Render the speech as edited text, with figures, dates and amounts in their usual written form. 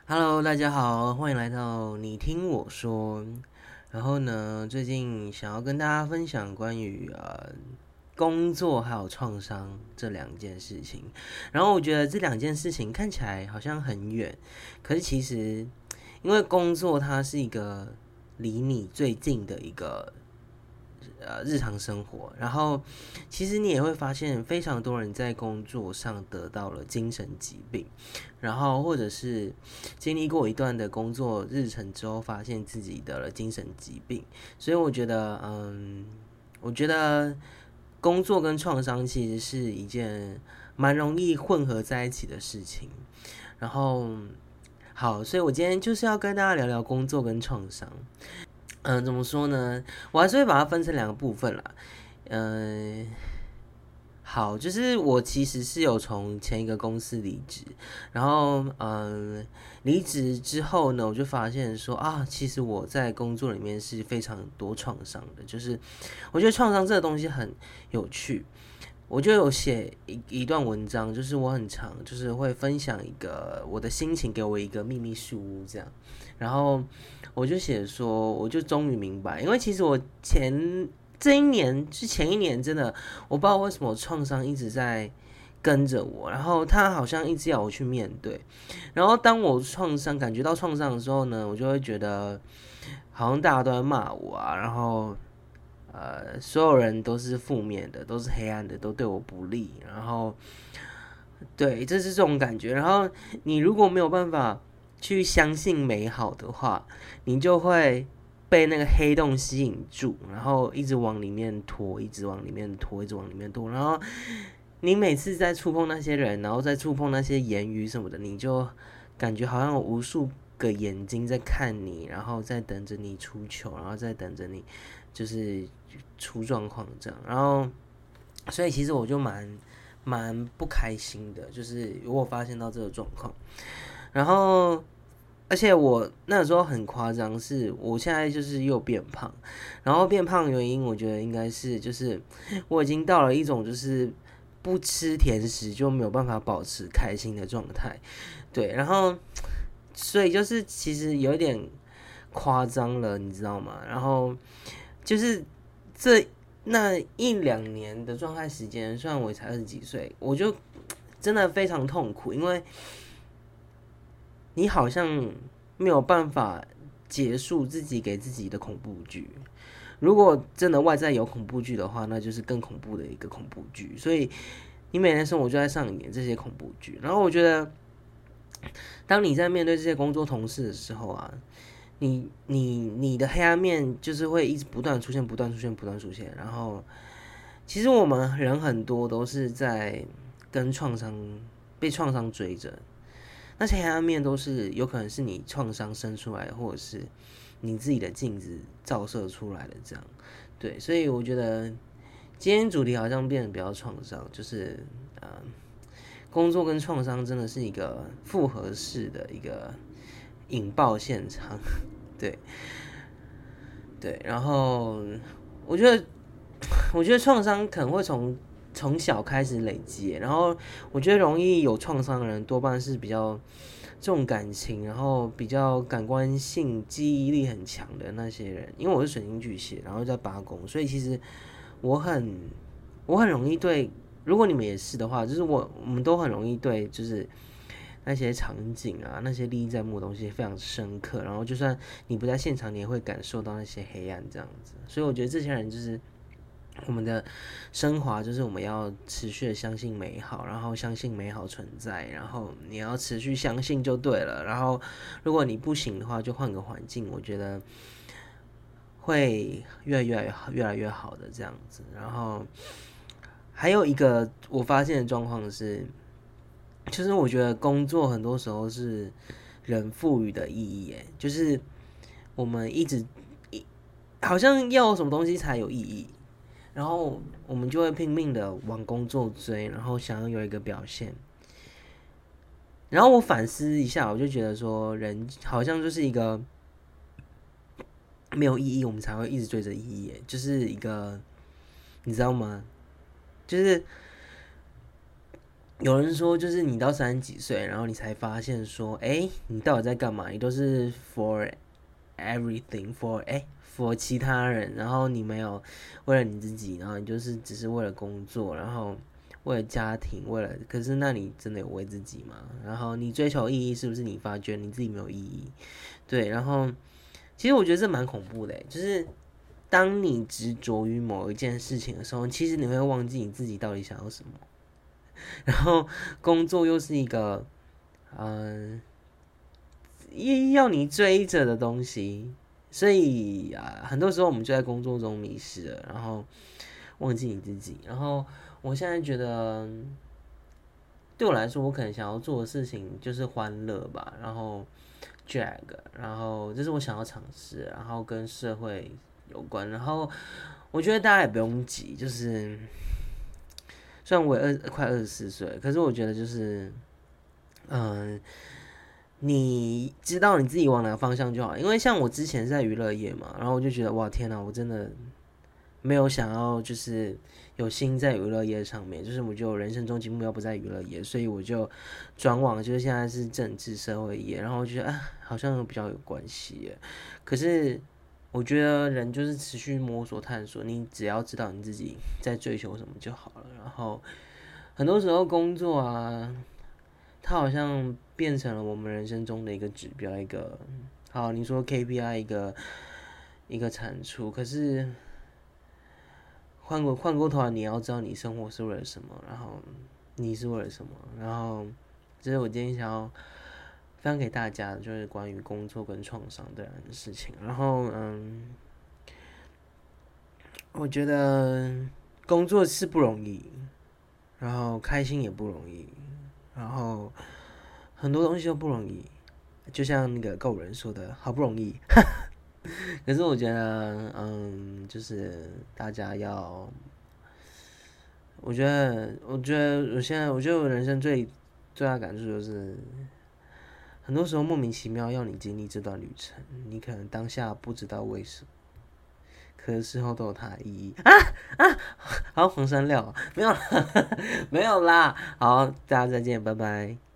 Hello，大家好，欢迎来到你听我说。然后呢，最近想要跟大家分享关于工作还有创伤这两件事情。然后我觉得这两件事情看起来好像很远，可是其实因为工作它是一个离你最近的一个日常生活，然后其实你也会发现，非常多人在工作上得到了精神疾病，然后或者是经历过一段的工作日程之后，发现自己得了精神疾病。所以我觉得，我觉得工作跟创伤其实是一件蛮容易混合在一起的事情。然后，好，所以我今天就是要跟大家聊聊工作跟创伤。怎么说呢？我还是会把它分成两个部分啦。嗯、好，就是我其实是有从前一个公司离职，然后离职之后呢，我就发现说啊，其实我在工作里面是非常多创伤的，就是我觉得创伤这个东西很有趣。我就有写一段文章，就是我很长，就是会分享一个我的心情，给我一个秘密树屋这样。然后我就写说，我就终于明白，因为其实我前一年真的，我不知道为什么创伤一直在跟着我，然后他好像一直要我去面对。然后当我感觉到创伤的时候呢，我就会觉得好像大家都在骂我啊，然后所有人都是负面的，都是黑暗的，都对我不利。然后，对，这是这种感觉。然后，你如果没有办法去相信美好的话，你就会被那个黑洞吸引住，然后一直往里面拖，一直往里面拖，一直往里面拖。然后，你每次在触碰那些人，然后再触碰那些言语什么的，你就感觉好像有无数个眼睛在看你，然后在等着你出糗，然后再等着你就是出状况这样。然后，所以其实我就蛮不开心的，就是我发现到这个状况。然后，而且我那时候很夸张，是我现在就是又变胖，然后变胖的原因，我觉得应该是就是我已经到了一种就是不吃甜食就没有办法保持开心的状态，对，然后所以就是其实有一点夸张了，你知道吗？然后就是这那一两年的状态时间，虽然我才20几岁，我就真的非常痛苦，因为你好像没有办法结束自己给自己的恐怖剧。如果真的外在有恐怖剧的话，那就是更恐怖的一个恐怖剧。所以你每天生活就在上演这些恐怖剧。然后我觉得，当你在面对这些工作同事的时候啊，你的黑暗面就是会一直不断出现，不断出现，不断出现。然后，其实我们人很多都是在跟被创伤追着，那些黑暗面都是有可能是你创伤生出来的，或者是你自己的镜子照射出来的，这样。对，所以我觉得今天主题好像变得比较创伤，就是呃，工作跟创伤真的是一个复合式的一个引爆现场。对对，然后我觉得我觉得创伤可能会从小开始累积，然后我觉得容易有创伤的人多半是比较重感情，然后比较感官性、记忆力很强的那些人。因为我是水星巨蟹，然后在八宫，所以其实我很我很容易对，如果你们也是的话，就是我们都很容易对，就是那些场景啊，那些历历在目的东西非常深刻，然后就算你不在现场，你也会感受到那些黑暗这样子。所以我觉得这些人就是我们的升华，就是我们要持续的相信美好，然后相信美好存在，然后你要持续相信就对了。然后如果你不行的话，就换个环境，我觉得会越来越好的这样子。然后还有一个我发现的状况是，就是我觉得工作很多时候是人赋予的意义，就是我们好像要什么东西才有意义，然后我们就会拼命的往工作追，然后想要有一个表现。然后我反思一下，我就觉得说，人好像就是一个没有意义，我们才会一直追着意义，就是一个，你知道吗？就是有人说，就是你到30几岁，然后你才发现说，你到底在干嘛？你都是 for everything for 其他人，然后你没有为了你自己，然后你就是只是为了工作，然后为了家庭，可是那你真的有为自己吗？然后你追求意义，是不是你发觉你自己没有意义？对，然后其实我觉得这蛮恐怖的，就是当你执着于某一件事情的时候，其实你会忘记你自己到底想要什么。然后工作又是一个，嗯、要你追着的东西，所以很多时候我们就在工作中迷失了，然后忘记你自己。然后我现在觉得，对我来说，我可能想要做的事情就是欢乐吧，然后 drag，然后这是我想要尝试，然后跟社会有关。然后我觉得大家也不用急，就是虽然我也快24岁，可是我觉得就是，嗯、你知道你自己往哪个方向就好。因为像我之前是在娱乐业嘛，然后我就觉得哇天哪，我真的没有想要就是有心在娱乐业上面，就是我就人生终极目标不在娱乐业，所以我就转往就是现在是政治社会业，然后我觉得好像比较有关系耶。可是我觉得人就是持续摸索探索，你只要知道你自己在追求什么就好了。然后很多时候工作它好像变成了我们人生中的一个指标，好，你说 KPI 一个产出，可是换过头来，你要知道你生活是为了什么，然后你是为了什么，然后这是我今天想要分享给大家的，就是关于工作跟创伤的事情。然后我觉得工作是不容易，然后开心也不容易，然后很多东西都不容易，就像那个够人说的，好不容易。可是我觉得，就是大家要，我觉得我人生最大的感触就是，很多时候莫名其妙要你经历这段旅程，你可能当下不知道为什么，可是事后都有它的意义好，黄山料没有啦，没有啦，好，大家再见，拜拜。